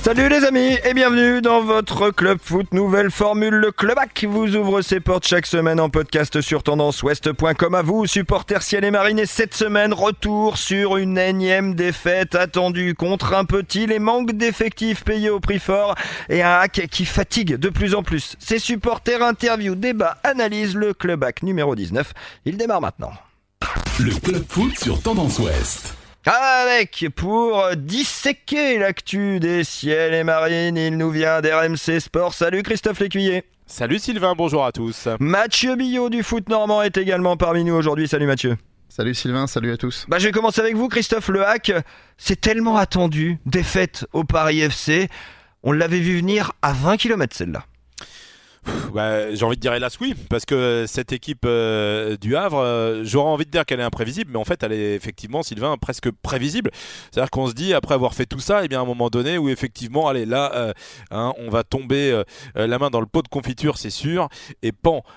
Salut les amis et bienvenue dans votre Club Foot. Nouvelle formule, le Clubac vous ouvre ses portes chaque semaine en podcast sur tendanceouest.com. À vous, supporters ciel et marine. Et cette semaine, retour sur une énième défaite attendue contre un petit. Les manques d'effectifs payés au prix fort et un hack qui fatigue de plus en plus. Ses supporters, interview, débat, analyse, le Clubac numéro 19. Il démarre maintenant. Le Club Foot sur Tendance Ouest. Avec, pour disséquer l'actu des ciels et marines, il nous vient d'RMC Sport. Salut Christophe Lécuyer. Salut Sylvain, bonjour à tous. Mathieu Billot du foot normand est également parmi nous aujourd'hui. Salut Mathieu. Salut Sylvain, salut à tous. Je vais commencer avec vous Christophe. Le hack, c'est tellement attendu. Défaite au Paris FC. On l'avait vu venir à 20 km celle-là. J'ai envie de dire hélas oui, parce que cette équipe du Havre, j'aurais envie de dire qu'elle est imprévisible, mais en fait elle est effectivement, Sylvain, presque prévisible. C'est-à-dire qu'on se dit, après avoir fait tout ça, et bien à un moment donné où effectivement, allez là, on va tomber la main dans le pot de confiture, c'est sûr, et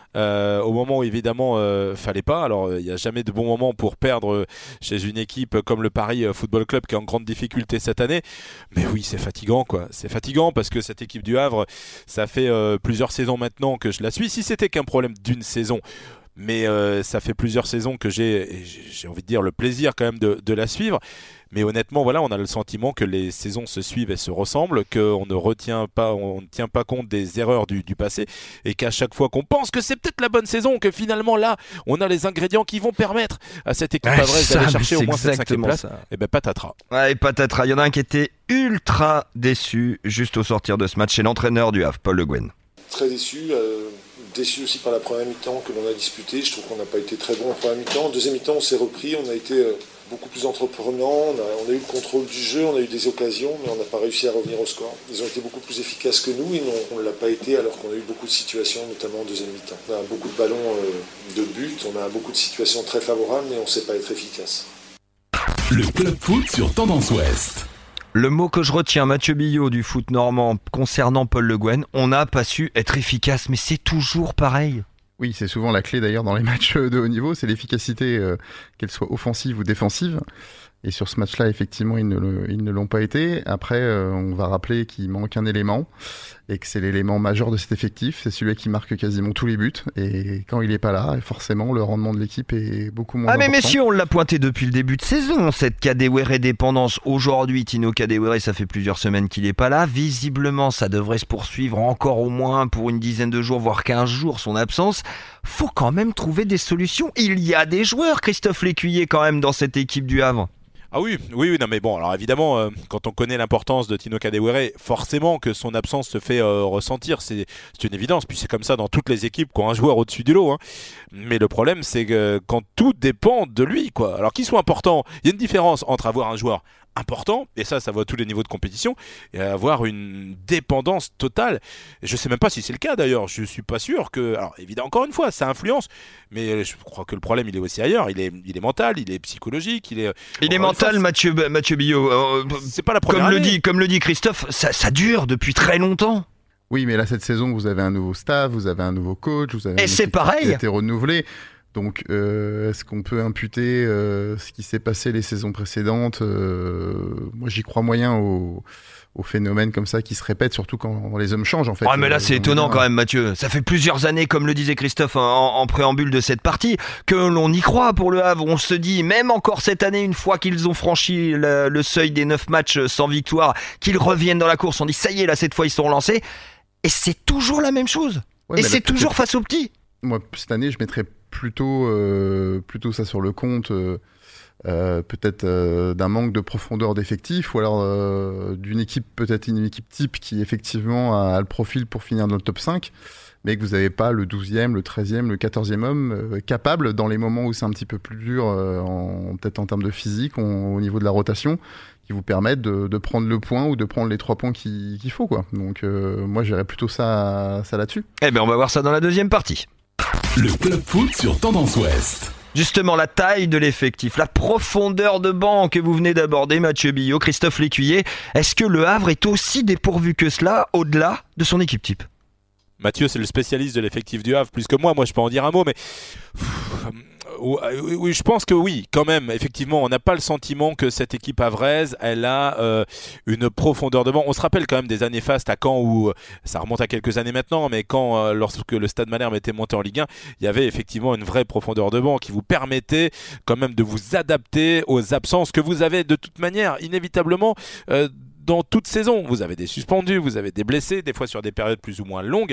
au moment où évidemment fallait pas. Alors il n'y a jamais de bon moment pour perdre chez une équipe comme le Paris Football Club qui est en grande difficulté cette année, mais oui c'est fatigant quoi, c'est fatigant parce que cette équipe du Havre, ça fait plusieurs saisons maintenant que je la suis. Si c'était qu'un problème d'une saison, mais ça fait plusieurs saisons que j'ai envie de dire le plaisir quand même de la suivre. Mais honnêtement, voilà, on a le sentiment que les saisons se suivent et se ressemblent, qu'on ne tient pas compte des erreurs du passé, et qu'à chaque fois qu'on pense que c'est peut-être la bonne saison, que finalement là, on a les ingrédients qui vont permettre à cette équipe havraise d'aller chercher au moins cette 5e place. Et patatras. Ouais, patatras. Il y en a un qui était ultra déçu juste au sortir de ce match, c'est l'entraîneur du Havre, Paul Le Guen. Très déçu aussi par la première mi-temps que l'on a disputée. Je trouve qu'on n'a pas été très bon en première mi-temps. En deuxième mi-temps, on s'est repris, on a été beaucoup plus entreprenant, on a eu le contrôle du jeu, on a eu des occasions, mais on n'a pas réussi à revenir au score. Ils ont été beaucoup plus efficaces que nous, et on ne l'a pas été alors qu'on a eu beaucoup de situations, notamment en deuxième mi-temps. On a beaucoup de ballons de but, on a beaucoup de situations très favorables, mais on ne sait pas être efficace. Le Club Foot sur Tendance Ouest. Le mot que je retiens, Mathieu Billot du foot normand concernant Paul Le Guen, on n'a pas su être efficace, mais c'est toujours pareil. Oui, c'est souvent la clé d'ailleurs dans les matchs de haut niveau, c'est l'efficacité, qu'elle soit offensive ou défensive. Et sur ce match-là, effectivement, ils ne l'ont pas été. Après, on va rappeler qu'il manque un élément, et que c'est l'élément majeur de cet effectif. C'est celui qui marque quasiment tous les buts. Et quand il n'est pas là, forcément, le rendement de l'équipe est beaucoup moins important. Mais messieurs, on l'a pointé depuis le début de saison, cette Kadewere dépendance. Aujourd'hui, Tino Kadewere, ça fait plusieurs semaines qu'il n'est pas là. Visiblement, ça devrait se poursuivre encore au moins pour une dizaine de jours, voire 15 jours, son absence. Faut quand même trouver des solutions. Il y a des joueurs, Christophe Lécuyer, quand même, dans cette équipe du Havre. Ah oui, non mais bon, alors évidemment, quand on connaît l'importance de Tino Kadewere, forcément que son absence se fait ressentir, c'est une évidence, puis c'est comme ça dans toutes les équipes qui ont un joueur au-dessus du lot, hein. Mais le problème, c'est que quand tout dépend de lui, quoi. Alors qu'il soit important, il y a une différence entre avoir un joueur important, et ça va à tous les niveaux de compétition, et avoir une dépendance totale. Je sais même pas si c'est le cas d'ailleurs, je suis pas sûr que... Alors évidemment, encore une fois, ça influence, mais je crois que le problème, il est aussi ailleurs, il est mental, il est psychologique, il est mental, Mathieu Billot. C'est pas la première année. Comme le dit Christophe, ça dure depuis très longtemps. Oui, mais là, cette saison, vous avez un nouveau staff, vous avez un nouveau coach, vous avez et c'est pareil. Qui a été renouvelé. Donc, est-ce qu'on peut imputer ce qui s'est passé les saisons précédentes Moi, j'y crois moyen aux phénomènes comme ça qui se répètent, surtout quand les hommes changent en fait. Mais là c'est étonnant quand même Mathieu, ça fait plusieurs années comme le disait Christophe en préambule de cette partie que l'on y croit pour le Havre. On se dit même encore cette année, une fois qu'ils ont franchi le seuil des 9 matchs sans victoire, qu'ils reviennent dans la course, on dit ça y est là cette fois ils sont relancés et c'est toujours la même chose. Et c'est toujours face aux petits. Moi cette année je mettrais plutôt ça sur le compte peut-être d'un manque de profondeur d'effectifs ou alors d'une équipe, peut-être une équipe type qui effectivement a le profil pour finir dans le top 5, mais que vous n'avez pas le 12e, le 13e, le 14e homme capable dans les moments où c'est un petit peu plus dur peut-être en termes de physique, au niveau de la rotation, qui vous permettent de prendre le point ou de prendre les 3 points qu'il faut, quoi. Donc moi j'irais plutôt ça là-dessus. On va voir ça dans la deuxième partie. Le Club Foot sur Tendance Ouest. Justement, la taille de l'effectif, la profondeur de banc que vous venez d'aborder, Mathieu Billot, Christophe Lécuyer. Est-ce que le Havre est aussi dépourvu que cela, au-delà de son équipe type ? Mathieu, c'est le spécialiste de l'effectif du Havre, plus que moi. Moi, je peux en dire un mot, mais Oui, je pense que oui, quand même. Effectivement, on n'a pas le sentiment que cette équipe havraise, elle a une profondeur de banc. On se rappelle quand même des années fastes à Caen où ça remonte à quelques années maintenant, mais quand lorsque le Stade Malherbe était monté en Ligue 1, il y avait effectivement une vraie profondeur de banc qui vous permettait quand même de vous adapter aux absences que vous avez de toute manière inévitablement. Dans toute saison, vous avez des suspendus, vous avez des blessés, des fois sur des périodes plus ou moins longues.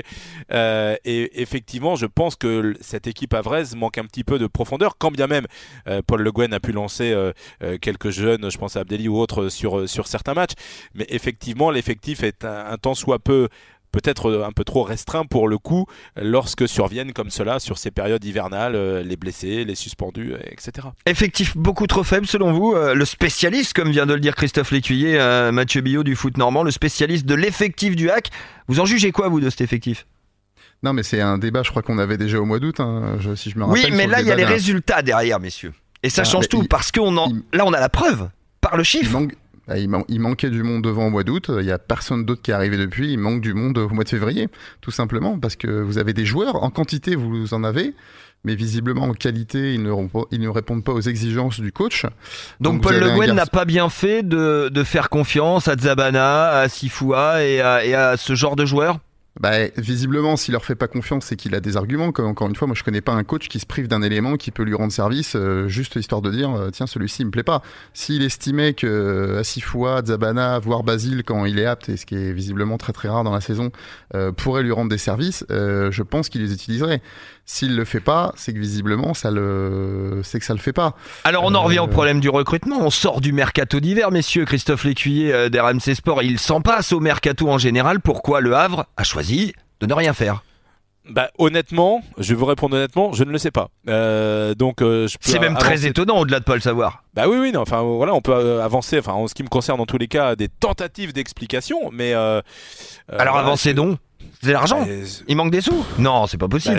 Et effectivement, je pense que cette équipe havraise manque un petit peu de profondeur, quand bien même Paul Le Guen a pu lancer quelques jeunes, je pense à Abdelli ou autres, sur certains matchs. Mais effectivement, l'effectif est un tant soit peu peut-être un peu trop restreint pour le coup lorsque surviennent comme cela sur ces périodes hivernales, les blessés, les suspendus, etc. Effectif beaucoup trop faible selon vous, le spécialiste, comme vient de le dire Christophe Lécuyer, Mathieu Billot du foot normand, le spécialiste de l'effectif du HAC. Vous en jugez quoi vous de cet effectif ? Non, mais c'est un débat, je crois qu'on avait déjà au mois d'août, si je me rappelle. Oui, mais là il y a les résultats derrière, messieurs. Et ça change tout, parce que là on a la preuve, par le chiffre. Il manquait du monde devant au mois d'août, il n'y a personne d'autre qui est arrivé depuis, il manque du monde au mois de février, tout simplement, parce que vous avez des joueurs, en quantité vous en avez, mais visiblement en qualité ils ne répondent pas aux exigences du coach. Donc Paul Le Guen n'a pas bien fait de faire confiance à Dzabana, à Sifoua et à ce genre de joueurs ? Visiblement, s'il leur fait pas confiance, c'est qu'il a des arguments. Comme encore une fois, moi je connais pas un coach qui se prive d'un élément qui peut lui rendre service juste histoire de dire tiens, celui-ci il me plaît pas. S'il estimait que Asifoua, Dzabana, voire Basile quand il est apte, et ce qui est visiblement très très rare dans la saison, pourrait lui rendre des services, je pense qu'il les utiliserait. S'il le fait pas, c'est que visiblement c'est que ça le fait pas. Alors on en revient au problème du recrutement. On sort du mercato d'hiver, messieurs. Christophe Lécuyer d'RMC Sport, il s'en passe au mercato en général. Pourquoi le Havre a choisi de ne rien faire ? Honnêtement, je vais vous répondre honnêtement, je ne le sais pas. C'est même très étonnant au-delà de pas le savoir. Oui, non, enfin voilà, on peut avancer. Enfin, en ce qui me concerne, dans tous les cas, des tentatives d'explication, mais. Alors avancez donc. C'est l'argent. Il manque des sous. Non, c'est pas possible.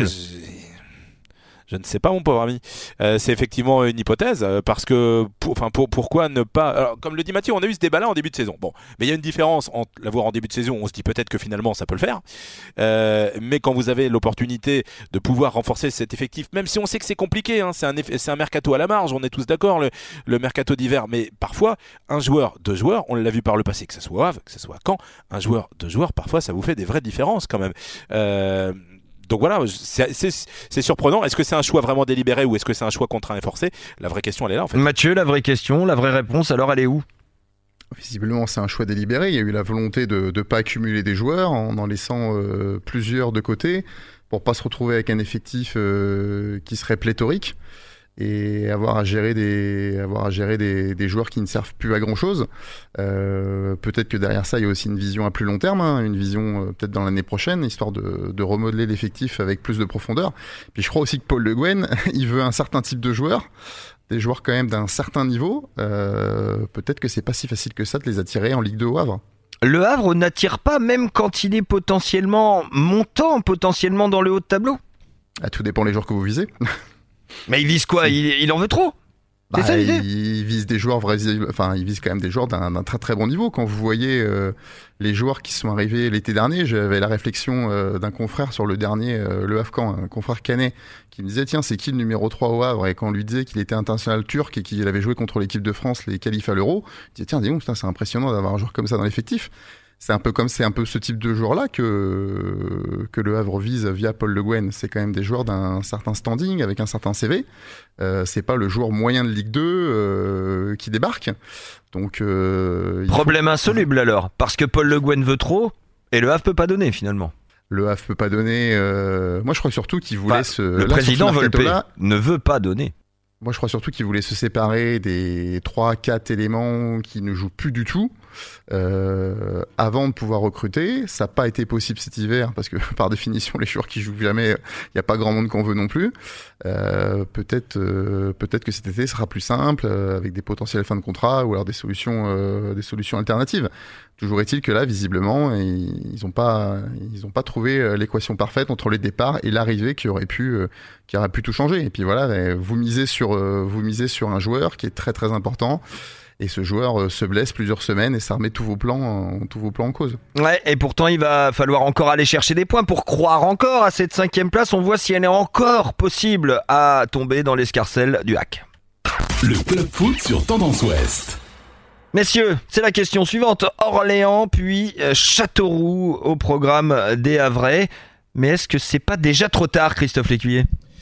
Je ne sais pas, mon pauvre ami. C'est effectivement une hypothèse, parce que pourquoi ne pas... Alors, comme le dit Mathieu, on a eu ce débat-là en début de saison. Bon, mais il y a une différence entre l'avoir en début de saison, on se dit peut-être que finalement ça peut le faire, mais quand vous avez l'opportunité de pouvoir renforcer cet effectif, même si on sait que c'est compliqué, hein, c'est un mercato à la marge, on est tous d'accord, le mercato d'hiver, mais parfois, un joueur, deux joueurs, on l'a vu par le passé, que ce soit Havre, que ce soit Caen, un joueur, deux joueurs, parfois ça vous fait des vraies différences quand même. Donc voilà, c'est surprenant. Est-ce que c'est un choix vraiment délibéré ou est-ce que c'est un choix contraint et forcé ? La vraie question, elle est là en fait. Mathieu, la vraie question, la vraie réponse, alors elle est où ? Visiblement, c'est un choix délibéré. Il y a eu la volonté de ne pas accumuler des joueurs en laissant plusieurs de côté pour pas se retrouver avec un effectif qui serait pléthorique et avoir à gérer des joueurs qui ne servent plus à grand chose. Peut-être que derrière ça il y a aussi une vision à plus long terme, une vision peut-être dans l'année prochaine, histoire de remodeler l'effectif avec plus de profondeur. Puis je crois aussi que Paul Le Guen il veut un certain type de joueurs, des joueurs quand même d'un certain niveau. Peut-être que c'est pas si facile que ça de les attirer en Ligue 2 au Havre. Le Havre n'attire pas même quand il est potentiellement montant, potentiellement dans le haut de tableau. Tout dépend les joueurs que vous visez. Mais il vise quoi ? Il en veut trop ? C'est ça l'idée ? Il vise des joueurs il vise quand même des joueurs d'un très très bon niveau. Quand vous voyez les joueurs qui sont arrivés l'été dernier, j'avais la réflexion d'un confrère sur le dernier Le Havre Caen, un confrère canet, qui me disait tiens, c'est qui le numéro 3 au Havre ? Et quand on lui disait qu'il était international turc et qu'il avait joué contre l'équipe de France les qualifs à l'Euro, il disait tiens, dis donc, c'est impressionnant d'avoir un joueur comme ça dans l'effectif. C'est un peu ce type de joueur-là que le Havre vise via Paul Le Guen. C'est quand même des joueurs d'un certain standing, avec un certain CV. C'est pas le joueur moyen de Ligue 2 qui débarque. Donc, problème insoluble alors, parce que Paul Le Guen veut trop et le Havre peut pas donner finalement. Le Havre peut pas donner. Moi, je crois surtout qu'il voulait le président ne veut pas donner. Moi, je crois surtout qu'il voulait se séparer des 3-4 éléments qui ne jouent plus du tout avant de pouvoir recruter. Ça n'a pas été possible cet hiver parce que, par définition, les joueurs qui jouent jamais, il n'y a pas grand monde qu'on veut non plus. Peut-être que cet été sera plus simple avec des potentielles fins de contrat ou alors des solutions alternatives. Toujours est-il que là, visiblement, ils n'ont pas trouvé l'équation parfaite entre les départs et l'arrivée qui aurait pu tout changer. Et puis voilà, vous misez sur un joueur qui est très très important Et ce joueur se blesse plusieurs semaines et ça remet tous vos plans en cause. Ouais, et pourtant il va falloir encore aller chercher des points pour croire encore à cette 5e place. On voit si elle est encore possible à tomber dans l'escarcelle du hack. Le Club Foot sur Tendance Ouest. Messieurs, c'est la question suivante. Orléans puis Châteauroux au programme des Havrais. Mais est-ce que c'est pas déjà trop tard, Christophe Lécuyer ?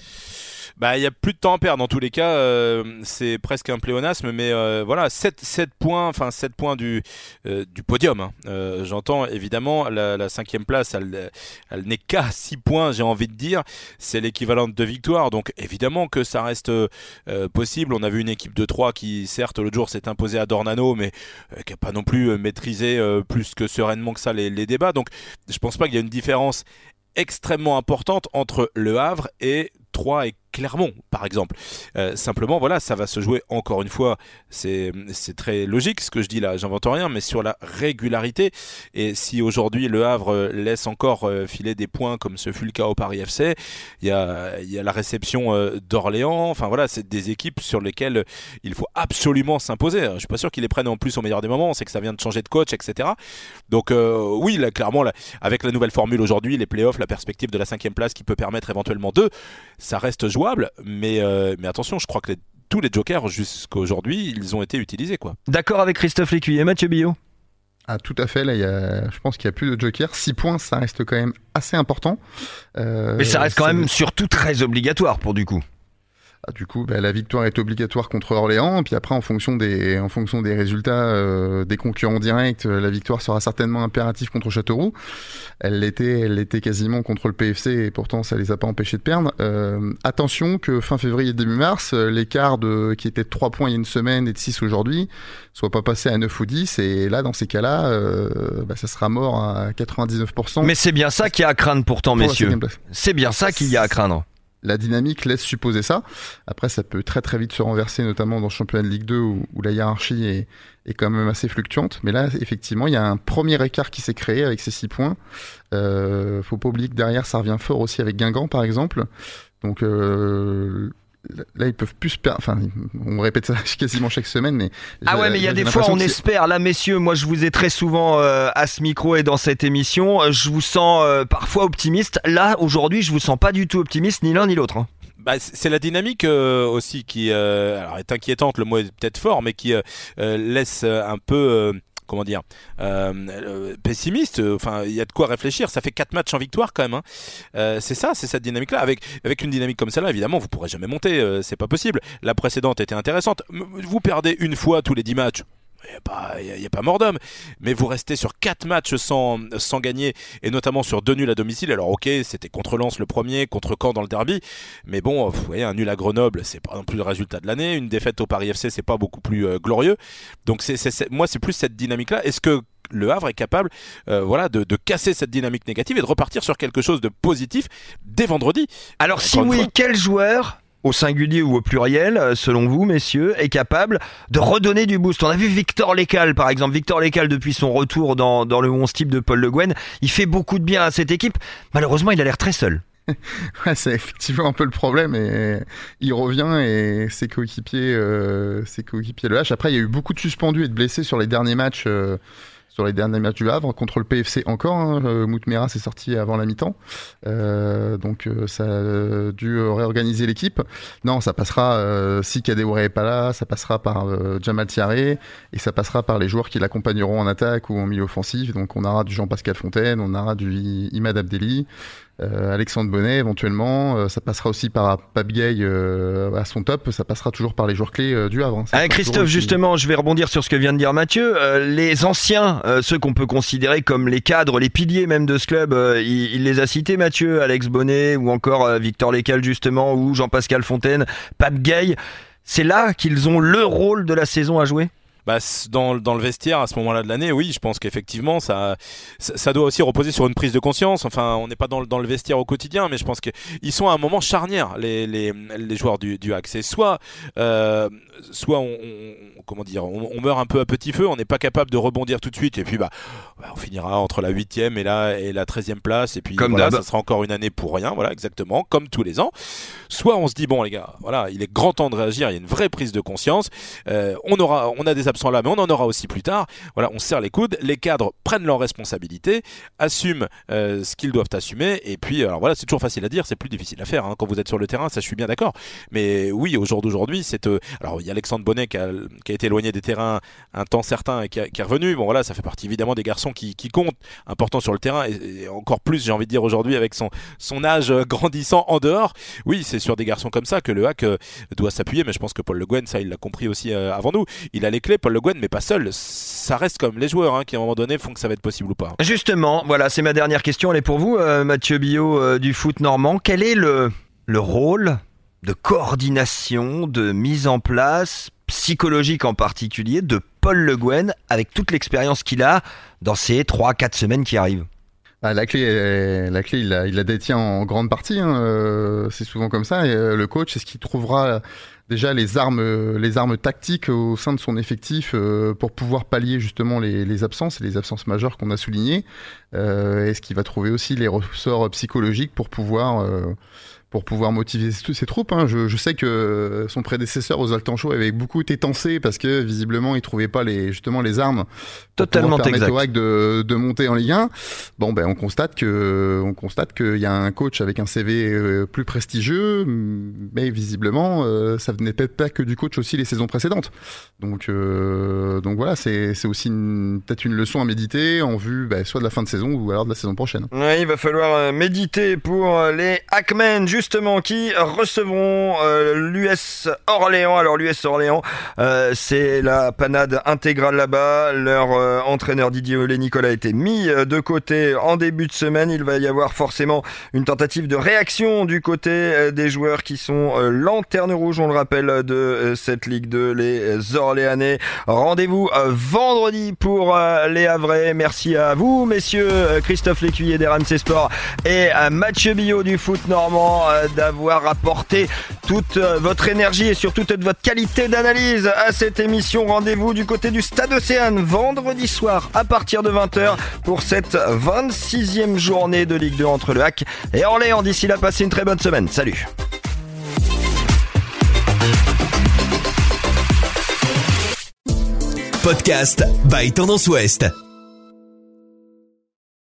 Il y a plus de temps à perdre dans tous les cas, c'est presque un pléonasme, mais voilà, 7 points du podium. Hein. J'entends évidemment la 5e place, elle n'est qu'à 6 points, j'ai envie de dire, c'est l'équivalent de 2 victoires, donc évidemment que ça reste possible. On a vu une équipe de 3 qui certes l'autre jour s'est imposée à Dornano, mais qui n'a pas non plus maîtrisé plus que sereinement que ça les débats, donc je pense pas qu'il y a une différence extrêmement importante entre Le Havre et Troyes et Clermont, par exemple. Simplement, voilà, ça va se jouer encore une fois. C'est très logique ce que je dis là, j'invente rien, mais sur la régularité. Et si aujourd'hui Le Havre laisse encore filer des points comme ce fut le cas au Paris FC, il y a la réception d'Orléans. Enfin voilà, c'est des équipes sur lesquelles il faut absolument s'imposer. Je suis pas sûr qu'ils les prennent en plus au meilleur des moments. On sait que ça vient de changer de coach, etc. Donc oui, là, clairement, là, avec la nouvelle formule aujourd'hui, les playoffs, la perspective de la 5e place qui peut permettre éventuellement 2, ça reste jouable, mais attention, je crois que tous les jokers jusqu'à aujourd'hui, ils ont été utilisés, quoi. D'accord avec Christophe Lécuyer, Mathieu Billot ? Ah, tout à fait, là, je pense qu'il n'y a plus de jokers. 6 points, ça reste quand même assez important. Mais ça reste quand même surtout très obligatoire pour du coup. Du coup, la victoire est obligatoire contre Orléans. Puis après, en fonction des résultats des concurrents directs, la victoire sera certainement impérative contre Châteauroux. Elle l'était quasiment contre le PFC et pourtant, ça les a pas empêchés de perdre. Attention que fin février et début mars, l'écart qui était de 3 points il y a une semaine et de 6 aujourd'hui, soit pas passé à 9 ou 10. Et là, dans ces cas-là, ça sera mort à 99%. Mais c'est bien ça qu'il y a à craindre pourtant, messieurs. C'est bien ça qu'il y a à craindre. La dynamique laisse supposer ça. Après, ça peut très très vite se renverser, notamment dans le championnat de Ligue 2 où la hiérarchie est quand même assez fluctuante. Mais là, effectivement, il y a un premier écart qui s'est créé avec ces 6 points. Faut pas oublier que derrière, ça revient fort aussi avec Guingamp, par exemple. Donc là, ils peuvent plus se perdre. Enfin, on répète ça quasiment chaque semaine, mais mais il y a des fois, on espère. Là, messieurs, moi, je vous ai très souvent à ce micro et dans cette émission, je vous sens parfois optimiste. Là, aujourd'hui, je vous sens pas du tout optimiste, ni l'un ni l'autre. Hein. C'est la dynamique aussi qui alors est inquiétante. Le mot est peut-être fort, mais qui laisse un peu. Pessimiste. Enfin, il y a de quoi réfléchir. Ça fait 4 matchs en victoire quand même. Hein. C'est cette dynamique-là. Avec une dynamique comme celle-là, évidemment, vous pourrez jamais monter. C'est pas possible. La précédente était intéressante. Vous perdez une fois tous les 10 matchs. Il n'y a pas mort d'homme, mais vous restez sur 4 matchs sans gagner, et notamment sur 2 nuls à domicile. Alors ok, c'était contre Lens le premier, contre Caen dans le derby, mais bon, vous voyez, un nul à Grenoble, c'est pas non plus le résultat de l'année. Une défaite au Paris FC, c'est pas beaucoup plus glorieux. Donc moi, c'est plus cette dynamique-là. Est-ce que Le Havre est capable de casser cette dynamique négative et de repartir sur quelque chose de positif dès vendredi? Alors si oui, quel joueur, au singulier ou au pluriel, selon vous, messieurs, est capable de redonner du boost? On a vu Victor Lécal, par exemple. Victor Lécal, depuis son retour dans le 11 type de Paul Le Guen, il fait beaucoup de bien à cette équipe. Malheureusement, il a l'air très seul. Ouais, c'est effectivement un peu le problème. Et il revient et ses coéquipiers le lâchent. Après, il y a eu beaucoup de suspendus et de blessés sur les derniers matchs. Sur les derniers matchs du Havre, contre le PFC encore, Moutmera s'est sorti avant la mi-temps, donc ça a dû réorganiser l'équipe. Non, ça passera, si Kadewere est pas là, ça passera par Jamal Thiaré, et ça passera par les joueurs qui l'accompagneront en attaque ou en milieu offensif. Donc on aura du Jean-Pascal Fontaine, on aura du Imad Abdelli, Alexandre Bonnet éventuellement, ça passera aussi par Pape Gay à son top, ça passera toujours par les joueurs clés du Havre. Christophe, justement, je vais rebondir sur ce que vient de dire Mathieu. Les anciens, ceux qu'on peut considérer comme les cadres, les piliers même de ce club, il les a cités, Mathieu, Alex Bonnet ou encore Victor Lécal justement, ou Jean-Pascal Fontaine, Pape Gay. C'est là qu'ils ont le rôle de la saison à jouer? Dans le vestiaire à ce moment-là de l'année, oui, je pense qu'effectivement ça doit aussi reposer sur une prise de conscience. Enfin, on n'est pas dans le vestiaire au quotidien, mais je pense qu'ils sont à un moment charnière, les joueurs du HAC. C'est soit on meurt un peu à petit feu, on n'est pas capable de rebondir tout de suite, et puis on finira entre la 8e et la 13e place, et puis ça sera encore une année pour rien, voilà, exactement, comme tous les ans. Soit on se dit, bon les gars, voilà, il est grand temps de réagir, il y a une vraie prise de conscience, on a des absents-là, mais on en aura aussi plus tard. Voilà, on se serre les coudes, les cadres prennent leurs responsabilités, assument ce qu'ils doivent assumer, et puis alors voilà, c'est toujours facile à dire, c'est plus difficile à faire quand vous êtes sur le terrain, ça je suis bien d'accord. Mais oui, au jour d'aujourd'hui, alors il y a Alexandre Bonnet qui a été éloigné des terrains un temps certain et qui est revenu. Bon voilà, ça fait partie évidemment des garçons qui comptent, important sur le terrain, et encore plus, j'ai envie de dire aujourd'hui, avec son âge grandissant en dehors. Oui, c'est sur des garçons comme ça que le HAC doit s'appuyer, mais je pense que Paul Le Guen, ça il l'a compris aussi avant nous. Il a les clés, Paul Le Guen, mais pas seul. Ça reste comme les joueurs qui à un moment donné font que ça va être possible ou pas. Justement, voilà, c'est ma dernière question. Elle est pour vous, Mathieu Billot du foot normand. Quel est le rôle de coordination, de mise en place, psychologique en particulier, de Paul Le Guen avec toute l'expérience qu'il a dans ces 3-4 semaines qui arrivent? La clé, il la détient en grande partie. C'est souvent comme ça. Et le coach, c'est ce qui trouvera déjà les armes tactiques au sein de son effectif pour pouvoir pallier justement les absences et les absences majeures qu'on a soulignées. Et ce qui va trouver aussi les ressorts psychologiques pour pouvoir motiver ses troupes. Je sais que son prédécesseur Oswald Tanchot avait beaucoup été tensé parce que visiblement il trouvait pas les armes totalement pour permettre au HAC de monter en Ligue 1. Bon on constate qu'il y a un coach avec un CV plus prestigieux, mais visiblement ça venait peut-être pas que du coach aussi les saisons précédentes. Donc voilà, c'est aussi peut-être une leçon à méditer en vue soit de la fin de saison ou alors de la saison prochaine. Ouais, il va falloir méditer pour les Hackmen justement qui recevront l'US Orléans. Alors l'US Orléans, c'est la panade intégrale là-bas. Leur entraîneur Didier Olé-Nicolas a été mis de côté en début de semaine. Il va y avoir forcément une tentative de réaction du côté des joueurs qui sont lanternes rouges, on le rappelle, de cette Ligue 2, les Orléanais. Rendez-vous vendredi pour les Havrais. Merci à vous, messieurs, Christophe Lécuyer d'RMC Sport et Mathieu Billot du foot normand, d'avoir apporté toute votre énergie et surtout toute votre qualité d'analyse à cette émission. Rendez-vous du côté du Stade Océane vendredi soir à partir de 20h pour cette 26e journée de Ligue 2 entre le HAC et Orléans. D'ici là, passez une très bonne semaine. Salut. Podcast by Tendance Ouest.